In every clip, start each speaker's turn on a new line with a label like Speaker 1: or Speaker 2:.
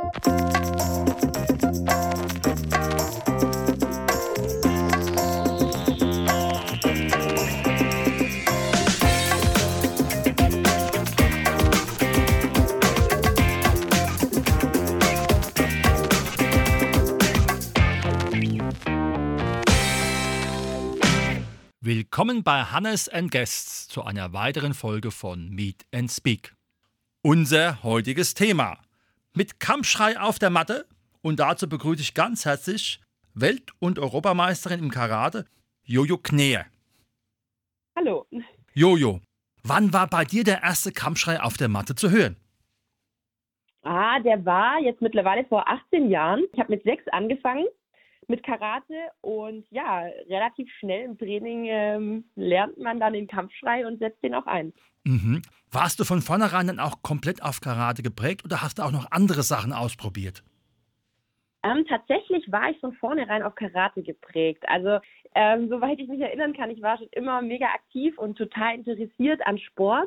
Speaker 1: Willkommen bei Hannes & Guests zu einer weiteren Folge von Meet and Speak. Unser heutiges Thema: mit Kampfschrei auf der Matte, und dazu begrüße ich ganz herzlich Welt- und Europameisterin im Karate, Jojo Kneer.
Speaker 2: Hallo.
Speaker 1: Jojo, wann war bei dir der erste Kampfschrei auf der Matte zu hören?
Speaker 2: Der war jetzt mittlerweile vor 18 Jahren. Ich habe mit 6 angefangen mit Karate und ja, relativ schnell im Training lernt man dann den Kampfschrei und setzt den auch ein.
Speaker 1: Mhm. Warst du von vornherein dann auch komplett auf Karate geprägt oder hast du auch noch andere Sachen ausprobiert?
Speaker 2: Tatsächlich war ich von vornherein auf Karate geprägt. Also soweit ich mich erinnern kann, ich war schon immer mega aktiv und total interessiert an Sport.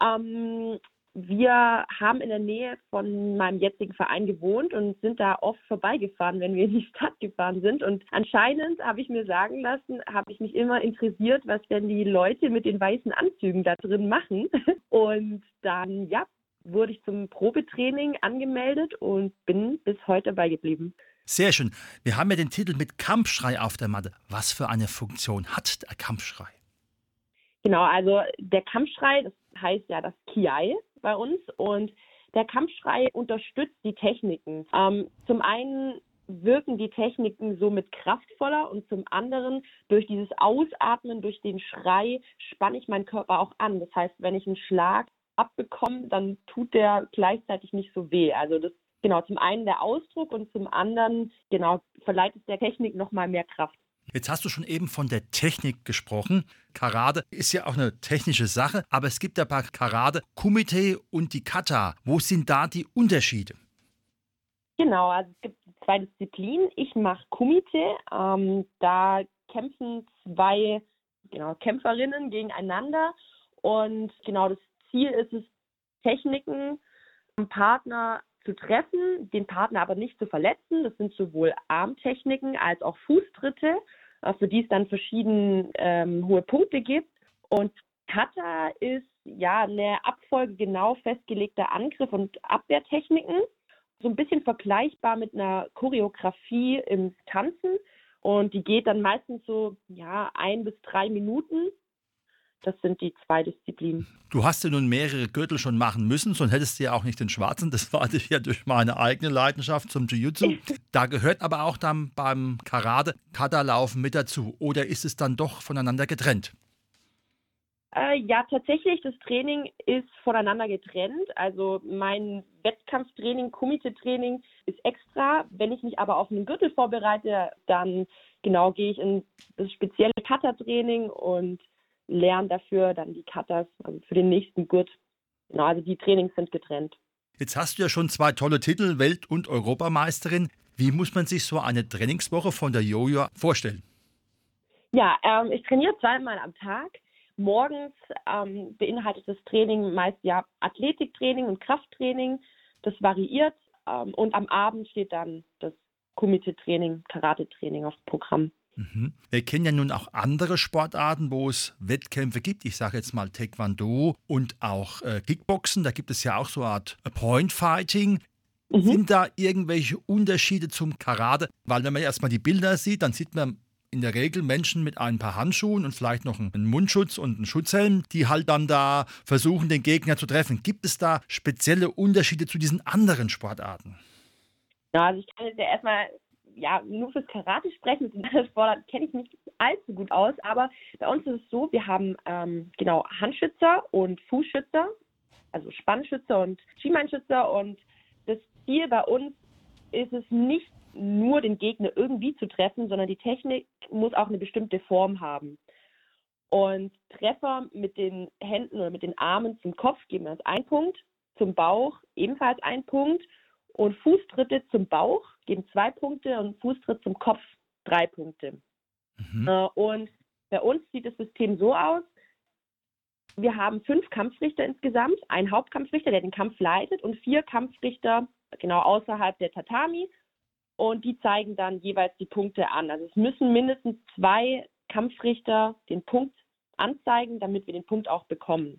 Speaker 2: Wir haben in der Nähe von meinem jetzigen Verein gewohnt und sind da oft vorbeigefahren, wenn wir in die Stadt gefahren sind. Und anscheinend habe ich mir sagen lassen, habe ich mich immer interessiert, was denn die Leute mit den weißen Anzügen da drin machen. Und dann, ja, wurde ich zum Probetraining angemeldet und bin bis heute dabei geblieben.
Speaker 1: Sehr schön. Wir haben ja den Titel mit Kampfschrei auf der Matte. Was für eine Funktion hat der Kampfschrei?
Speaker 2: Genau, also der Kampfschrei, das heißt ja das Kiai bei uns, und der Kampfschrei unterstützt die Techniken. Zum einen wirken die Techniken somit kraftvoller und zum anderen durch dieses Ausatmen, durch den Schrei spanne ich meinen Körper auch an. Das heißt, wenn ich einen Schlag abbekomme, dann tut der gleichzeitig nicht so weh. Also das genau, zum einen der Ausdruck und zum anderen genau verleiht es der Technik nochmal mehr Kraft.
Speaker 1: Jetzt hast du schon eben von der Technik gesprochen. Karate ist ja auch eine technische Sache, aber es gibt ja bei Karate Kumite und die Kata. Wo sind da die Unterschiede?
Speaker 2: Genau, also es gibt 2 Disziplinen. Ich mache Kumite. Da kämpfen 2 Kämpferinnen gegeneinander. Und genau das Ziel ist es, Techniken am Partner zu treffen, den Partner aber nicht zu verletzen. Das sind sowohl Armtechniken als auch Fußtritte, für die es dann verschiedene hohe Punkte gibt. Und Kata ist ja eine Abfolge genau festgelegter Angriff- und Abwehrtechniken. So ein bisschen vergleichbar mit einer Choreografie im Tanzen. Und die geht dann meistens so 1 bis 3 Minuten. Das sind die 2 Disziplinen.
Speaker 1: Du hast ja nun mehrere Gürtel schon machen müssen, sonst hättest du ja auch nicht den schwarzen. Das weiß ich ja durch meine eigene Leidenschaft zum Jiu-Jitsu. Da gehört aber auch dann beim Karate Kata-Laufen mit dazu. Oder ist es dann doch voneinander getrennt?
Speaker 2: Ja, tatsächlich, das Training ist voneinander getrennt. Also mein Wettkampftraining, Kumite-Training ist extra. Wenn ich mich aber auf einen Gürtel vorbereite, dann gehe ich in das spezielle Kata-Training und lerne dafür dann die Katas, also für den nächsten Gurt. Genau, also die Trainings sind getrennt.
Speaker 1: Jetzt hast du ja schon 2 tolle Titel, Welt- und Europameisterin. Wie muss man sich so eine Trainingswoche von der Jojo vorstellen?
Speaker 2: Ja, ich trainiere 2-mal am Tag. Morgens beinhaltet das Training meist Athletiktraining und Krafttraining. Das variiert. Und am Abend steht dann das Kumite-Training, Karate-Training auf dem Programm.
Speaker 1: Mhm. Wir kennen ja nun auch andere Sportarten, wo es Wettkämpfe gibt. Ich sage jetzt mal Taekwondo und auch Kickboxen. Da gibt es ja auch so eine Art Point Fighting. Sind da irgendwelche Unterschiede zum Karate? Weil wenn man erstmal die Bilder sieht, dann sieht man in der Regel Menschen mit ein paar Handschuhen und vielleicht noch einen Mundschutz und einen Schutzhelm, die halt dann da versuchen, den Gegner zu treffen. Gibt es da spezielle Unterschiede zu diesen anderen Sportarten?
Speaker 2: Ja, also ich kann jetzt ja erstmal nur fürs Karate sprechen. Mit den anderen Sportarten kenne ich mich nicht allzu gut aus. Aber bei uns ist es so, wir haben Handschützer und Fußschützer, also Spannschützer und Schienbeinschützer. Und das Ziel bei uns ist es nicht nur den Gegner irgendwie zu treffen, sondern die Technik muss auch eine bestimmte Form haben. Und Treffer mit den Händen oder mit den Armen zum Kopf geben uns 1 Punkt, zum Bauch ebenfalls 1 Punkt und Fußtritte zum Bauch geben 2 Punkte und Fußtritt zum Kopf 3 Punkte. Und bei uns sieht das System so aus: Wir haben 5 Kampfrichter insgesamt, einen Hauptkampfrichter, der den Kampf leitet, und 4 Kampfrichter genau außerhalb der Tatami und die zeigen dann jeweils die Punkte an. Also es müssen mindestens 2 Kampfrichter den Punkt anzeigen, damit wir den Punkt auch bekommen.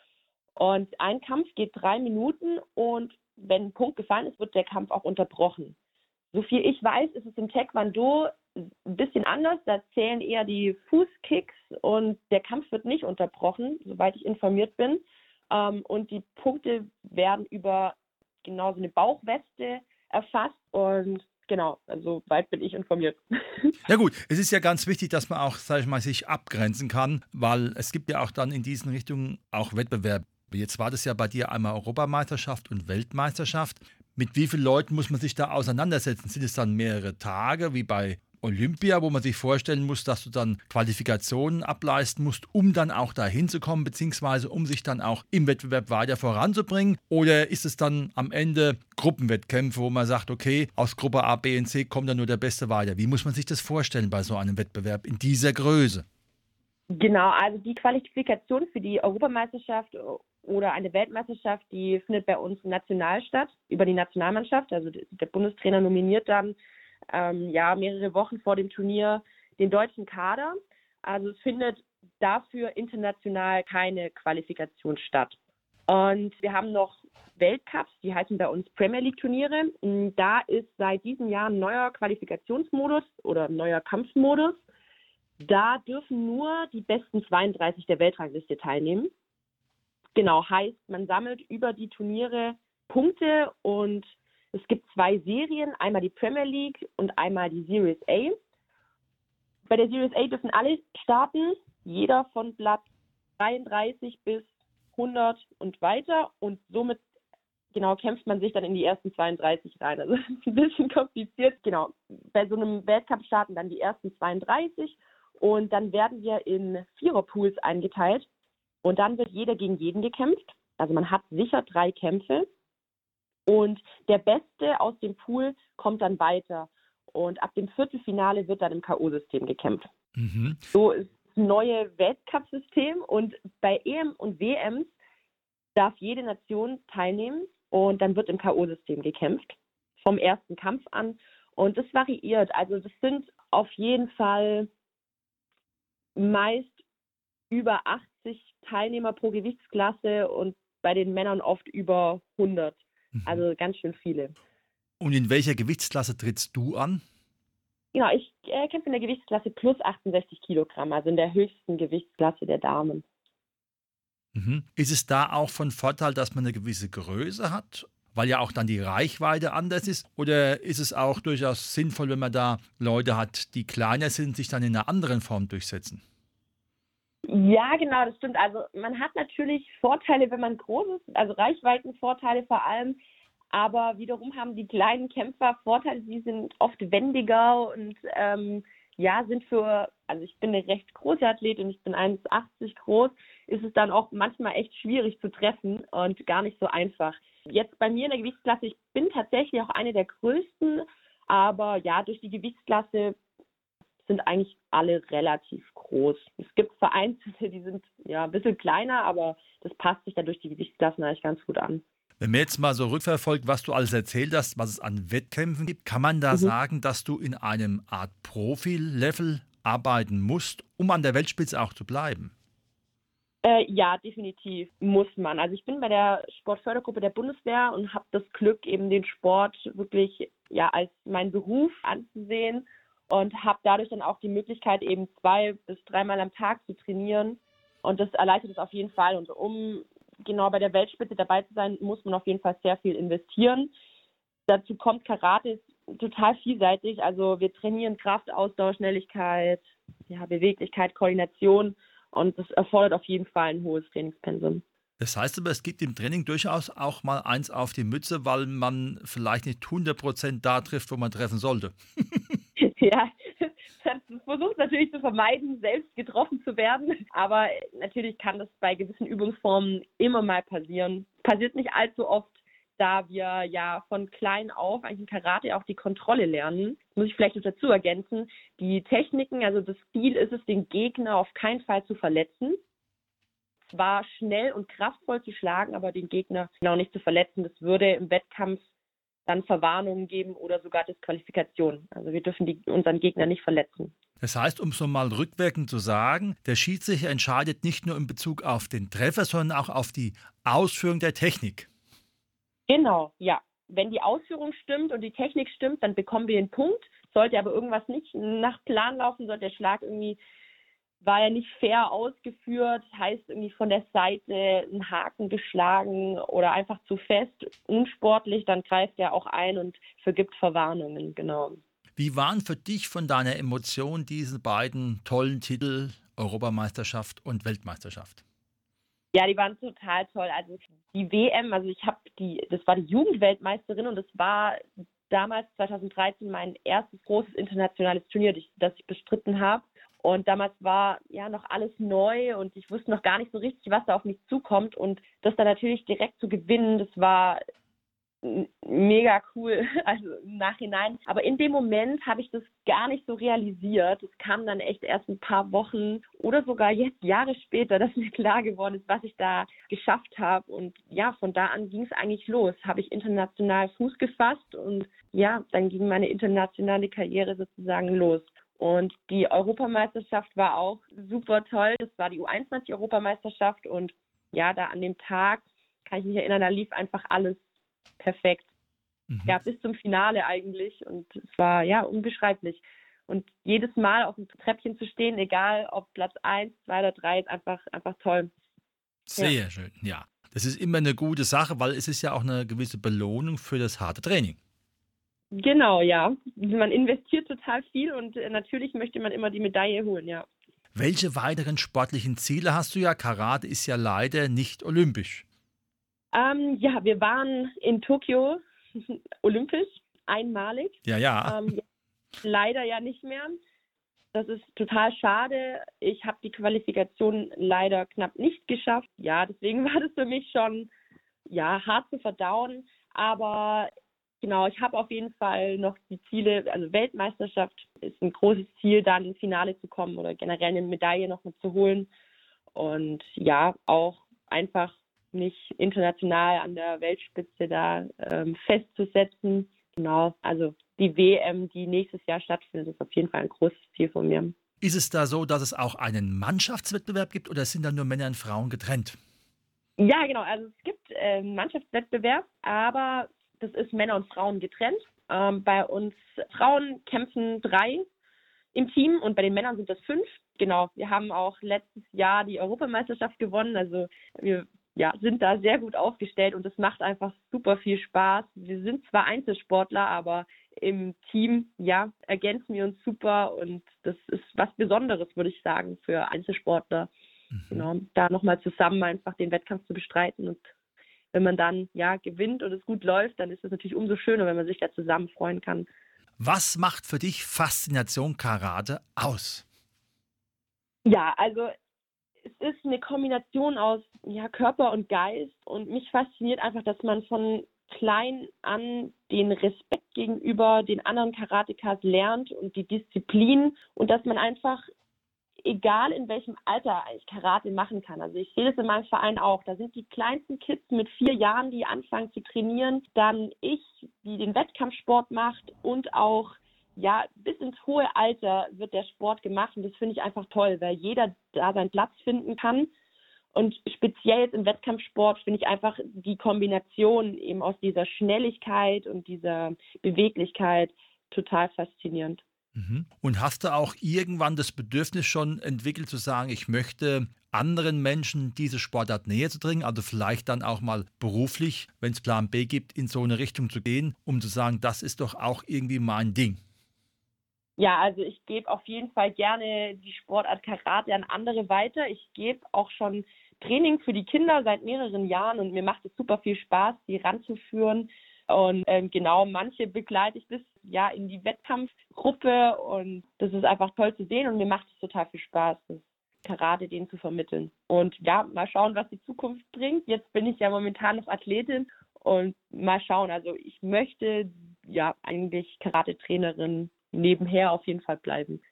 Speaker 2: Und ein Kampf geht 3 Minuten und wenn ein Punkt gefallen ist, wird der Kampf auch unterbrochen. So viel ich weiß, ist es im Taekwondo ein bisschen anders. Da zählen eher die Fußkicks und der Kampf wird nicht unterbrochen, soweit ich informiert bin. Und die Punkte werden über genau so eine Bauchweste erfasst und genau, also weit bin ich informiert.
Speaker 1: Ja gut, es ist ja ganz wichtig, dass man auch, sag ich mal, sich abgrenzen kann, weil es gibt ja auch dann in diesen Richtungen auch Wettbewerbe. Jetzt war das ja bei dir einmal Europameisterschaft und Weltmeisterschaft. Mit wie vielen Leuten muss man sich da auseinandersetzen? Sind es dann mehrere Tage wie bei Olympia, wo man sich vorstellen muss, dass du dann Qualifikationen ableisten musst, um dann auch da hinzukommen, beziehungsweise um sich dann auch im Wettbewerb weiter voranzubringen? Oder ist es dann am Ende Gruppenwettkämpfe, wo man sagt, okay, aus Gruppe A, B und C kommt dann nur der Beste weiter? Wie muss man sich das vorstellen bei so einem Wettbewerb in dieser Größe?
Speaker 2: Genau, also die Qualifikation für die Europameisterschaft oder eine Weltmeisterschaft, die findet bei uns national statt, über die Nationalmannschaft. Also der Bundestrainer nominiert dann mehrere Wochen vor dem Turnier den deutschen Kader. Also es findet dafür international keine Qualifikation statt. Und wir haben noch Weltcups, die heißen bei uns Premier League Turniere. Da ist seit diesem Jahr ein neuer Qualifikationsmodus oder ein neuer Kampfmodus. Da dürfen nur die besten 32 der Weltrangliste teilnehmen. Genau, heißt, man sammelt über die Turniere Punkte und es gibt 2 Serien, einmal die Premier League und einmal die Series A. Bei der Series A dürfen alle starten, jeder von Platz 33 bis 100 und weiter und somit genau kämpft man sich dann in die ersten 32 rein. Also das ist ein bisschen kompliziert. Genau, bei so einem Weltcup starten dann die ersten 32 und dann werden wir in Viererpools eingeteilt und dann wird jeder gegen jeden gekämpft. Also man hat sicher 3 Kämpfe und der Beste aus dem Pool kommt dann weiter und ab dem Viertelfinale wird dann im K.O.-System gekämpft.
Speaker 1: Mhm.
Speaker 2: So ist das neue Weltcup-System und bei EM und WMs darf jede Nation teilnehmen und dann wird im K.O.-System gekämpft, vom ersten Kampf an. Und das variiert. Also das sind auf jeden Fall meist über 80 Teilnehmer pro Gewichtsklasse und bei den Männern oft über 100. Also ganz schön viele.
Speaker 1: Und in welcher Gewichtsklasse trittst du an?
Speaker 2: Genau, ich kämpfe in der Gewichtsklasse plus 68 Kilogramm, also in der höchsten Gewichtsklasse der Damen.
Speaker 1: Mhm. Ist es da auch von Vorteil, dass man eine gewisse Größe hat, weil ja auch dann die Reichweite anders ist? Oder ist es auch durchaus sinnvoll, wenn man da Leute hat, die kleiner sind, sich dann in einer anderen Form durchsetzen?
Speaker 2: Ja, genau, das stimmt. Also man hat natürlich Vorteile, wenn man groß ist, also Reichweitenvorteile vor allem. Aber wiederum haben die kleinen Kämpfer Vorteile, sie sind oft wendiger und also ich bin eine recht große Athletin, ich bin 1,80 groß, ist es dann auch manchmal echt schwierig zu treffen und gar nicht so einfach. Jetzt bei mir in der Gewichtsklasse, ich bin tatsächlich auch eine der größten, aber ja, durch die Gewichtsklasse sind eigentlich alle relativ groß. Es gibt Vereinzelte, die sind ja ein bisschen kleiner, aber das passt sich dann durch die Gewichtsklassen eigentlich ganz gut an.
Speaker 1: Wenn man jetzt mal so rückverfolgt, was du alles erzählt hast, was es an Wettkämpfen gibt, kann man da sagen, dass du in einem Art Profi-Level arbeiten musst, um an der Weltspitze auch zu bleiben?
Speaker 2: Ja, definitiv muss man. Also ich bin bei der Sportfördergruppe der Bundeswehr und habe das Glück, eben den Sport wirklich ja als meinen Beruf anzusehen und habe dadurch dann auch die Möglichkeit, eben 2 bis 3 Mal am Tag zu trainieren. Und das erleichtert es auf jeden Fall. Und um genau bei der Weltspitze dabei zu sein, muss man auf jeden Fall sehr viel investieren. Dazu kommt Karate ist total vielseitig. Also wir trainieren Kraft, Ausdauer, Schnelligkeit, ja, Beweglichkeit, Koordination. Und das erfordert auf jeden Fall ein hohes Trainingspensum.
Speaker 1: Das heißt aber, es gibt im Training durchaus auch mal eins auf die Mütze, weil man vielleicht nicht 100% da trifft, wo man treffen sollte.
Speaker 2: Ja, das versucht natürlich zu vermeiden, selbst getroffen zu werden. Aber natürlich kann das bei gewissen Übungsformen immer mal passieren. Passiert nicht allzu oft, da wir ja von klein auf eigentlich im Karate auch die Kontrolle lernen. Das muss ich vielleicht noch dazu ergänzen. Die Techniken, also das Ziel ist es, den Gegner auf keinen Fall zu verletzen. Zwar schnell und kraftvoll zu schlagen, aber den Gegner genau nicht zu verletzen. Das würde im Wettkampf dann Verwarnungen geben oder sogar Disqualifikation. Also wir dürfen unseren Gegner nicht verletzen.
Speaker 1: Das heißt, um es nochmal rückwirkend zu sagen, der Schiedsrichter entscheidet nicht nur in Bezug auf den Treffer, sondern auch auf die Ausführung der Technik.
Speaker 2: Genau, ja. Wenn die Ausführung stimmt und die Technik stimmt, dann bekommen wir den Punkt. Sollte aber irgendwas nicht nach Plan laufen, sollte der Schlag war ja nicht fair ausgeführt, heißt irgendwie von der Seite ein Haken geschlagen oder einfach zu fest, unsportlich, dann greift er auch ein und vergibt Verwarnungen, genau.
Speaker 1: Wie waren für dich von deiner Emotion diese beiden tollen Titel, Europameisterschaft und Weltmeisterschaft?
Speaker 2: Ja, die waren total toll. Also die WM, also das war die Jugendweltmeisterin und das war damals 2013 mein erstes großes internationales Turnier, das ich bestritten habe. Und damals war ja noch alles neu und ich wusste noch gar nicht so richtig, was da auf mich zukommt. Und das dann natürlich direkt zu gewinnen, das war mega cool, also im Nachhinein. Aber in dem Moment habe ich das gar nicht so realisiert. Es kam dann echt erst ein paar Wochen oder sogar jetzt Jahre später, dass mir klar geworden ist, was ich da geschafft habe. Und ja, von da an ging es eigentlich los. Habe ich international Fuß gefasst und ja, dann ging meine internationale Karriere sozusagen los. Und die Europameisterschaft war auch super toll. Das war die U21-Europameisterschaft und ja, da an dem Tag, kann ich mich erinnern, da lief einfach alles perfekt. Ja, bis zum Finale eigentlich und es war ja unbeschreiblich. Und jedes Mal auf dem Treppchen zu stehen, egal ob Platz 1, 2 oder 3, ist einfach toll.
Speaker 1: Sehr schön, ja. Das ist immer eine gute Sache, weil es ist ja auch eine gewisse Belohnung für das harte Training.
Speaker 2: Genau, ja. Man investiert total viel und natürlich möchte man immer die Medaille holen, ja.
Speaker 1: Welche weiteren sportlichen Ziele hast du ja? Karate ist ja leider nicht olympisch.
Speaker 2: Ja, wir waren in Tokio olympisch, einmalig.
Speaker 1: Ja.
Speaker 2: Leider ja nicht mehr. Das ist total schade. Ich habe die Qualifikation leider knapp nicht geschafft. Ja, deswegen war das für mich schon hart zu verdauen. Aber genau, ich habe auf jeden Fall noch die Ziele, also Weltmeisterschaft ist ein großes Ziel, dann ins Finale zu kommen oder generell eine Medaille noch mal zu holen. Und ja, auch einfach mich international an der Weltspitze da festzusetzen. Genau, also die WM, die nächstes Jahr stattfindet, ist auf jeden Fall ein großes Ziel von mir.
Speaker 1: Ist es da so, dass es auch einen Mannschaftswettbewerb gibt oder sind da nur Männer und Frauen getrennt?
Speaker 2: Ja, genau, also es gibt einen Mannschaftswettbewerb, aber das ist Männer und Frauen getrennt. Bei uns Frauen kämpfen 3 im Team und bei den Männern sind das 5. Genau, wir haben auch letztes Jahr die Europameisterschaft gewonnen, also wir sind da sehr gut aufgestellt und es macht einfach super viel Spaß. Wir sind zwar Einzelsportler, aber im Team, ergänzen wir uns super und das ist was Besonderes, würde ich sagen, für Einzelsportler. Genau, da nochmal zusammen einfach den Wettkampf zu bestreiten und wenn man dann gewinnt und es gut läuft, dann ist es natürlich umso schöner, wenn man sich da zusammen freuen kann.
Speaker 1: Was macht für dich Faszination Karate aus?
Speaker 2: Ja, also es ist eine Kombination aus Körper und Geist und mich fasziniert einfach, dass man von klein an den Respekt gegenüber den anderen Karatekas lernt und die Disziplin und dass man einfach, egal in welchem Alter, eigentlich Karate machen kann. Also ich sehe das in meinem Verein auch. Da sind die kleinsten Kids mit 4 Jahren, die anfangen zu trainieren. Dann ich, die den Wettkampfsport macht und auch bis ins hohe Alter wird der Sport gemacht und das finde ich einfach toll, weil jeder da seinen Platz finden kann. Und speziell jetzt im Wettkampfsport finde ich einfach die Kombination eben aus dieser Schnelligkeit und dieser Beweglichkeit total faszinierend.
Speaker 1: Und hast du auch irgendwann das Bedürfnis schon entwickelt zu sagen, ich möchte anderen Menschen diese Sportart näher zu bringen, also vielleicht dann auch mal beruflich, wenn es Plan B gibt, in so eine Richtung zu gehen, um zu sagen, das ist doch auch irgendwie mein Ding?
Speaker 2: Ja, also ich gebe auf jeden Fall gerne die Sportart Karate an andere weiter. Ich gebe auch schon Training für die Kinder seit mehreren Jahren und mir macht es super viel Spaß, die ranzuführen. Und genau, manche begleite ich bis in die Wettkampfgruppe und das ist einfach toll zu sehen und mir macht es total viel Spaß, das Karate denen zu vermitteln. Und mal schauen, was die Zukunft bringt. Jetzt bin ich ja momentan noch Athletin und mal schauen. Also ich möchte eigentlich Karate-Trainerin nebenher auf jeden Fall bleiben.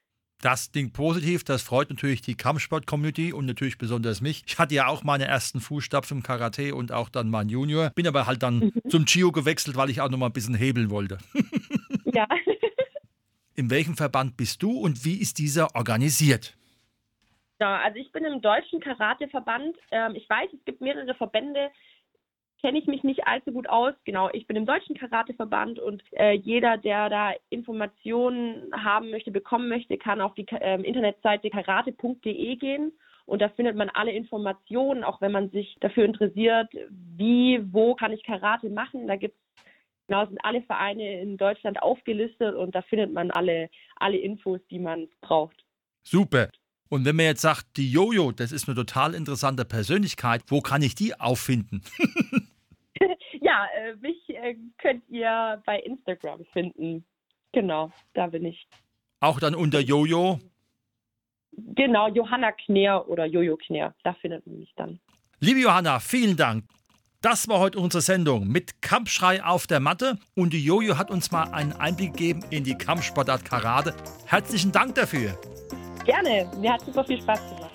Speaker 1: Das klingt positiv, das freut natürlich die Kampfsport-Community und natürlich besonders mich. Ich hatte ja auch meine ersten Fußstapfen im Karate und auch dann mein Junior. Bin aber halt dann zum Chio gewechselt, weil ich auch noch mal ein bisschen hebeln wollte.
Speaker 2: Ja.
Speaker 1: In welchem Verband bist du und wie ist dieser organisiert?
Speaker 2: Ja, also ich bin im Deutschen Karateverband. Ich weiß, es gibt mehrere Verbände, kenne ich mich nicht allzu gut aus. Genau, ich bin im Deutschen Karateverband und jeder, der da Informationen haben möchte, bekommen möchte, kann auf die Internetseite karate.de gehen und da findet man alle Informationen, auch wenn man sich dafür interessiert, wo kann ich Karate machen. Da sind alle Vereine in Deutschland aufgelistet und da findet man alle Infos, die man braucht.
Speaker 1: Super. Und wenn man jetzt sagt, die Jojo, das ist eine total interessante Persönlichkeit, wo kann ich die auffinden?
Speaker 2: Ja, mich könnt ihr bei Instagram finden. Genau, da bin ich.
Speaker 1: Auch dann unter Jojo?
Speaker 2: Genau, Johanna Kner oder Jojo Kner, da findet man mich dann.
Speaker 1: Liebe Johanna, vielen Dank. Das war heute unsere Sendung mit Kampfschrei auf der Matte und die Jojo hat uns mal einen Einblick gegeben in die Kampfsportart Karate. Herzlichen Dank dafür.
Speaker 2: Gerne, mir hat super viel Spaß gemacht.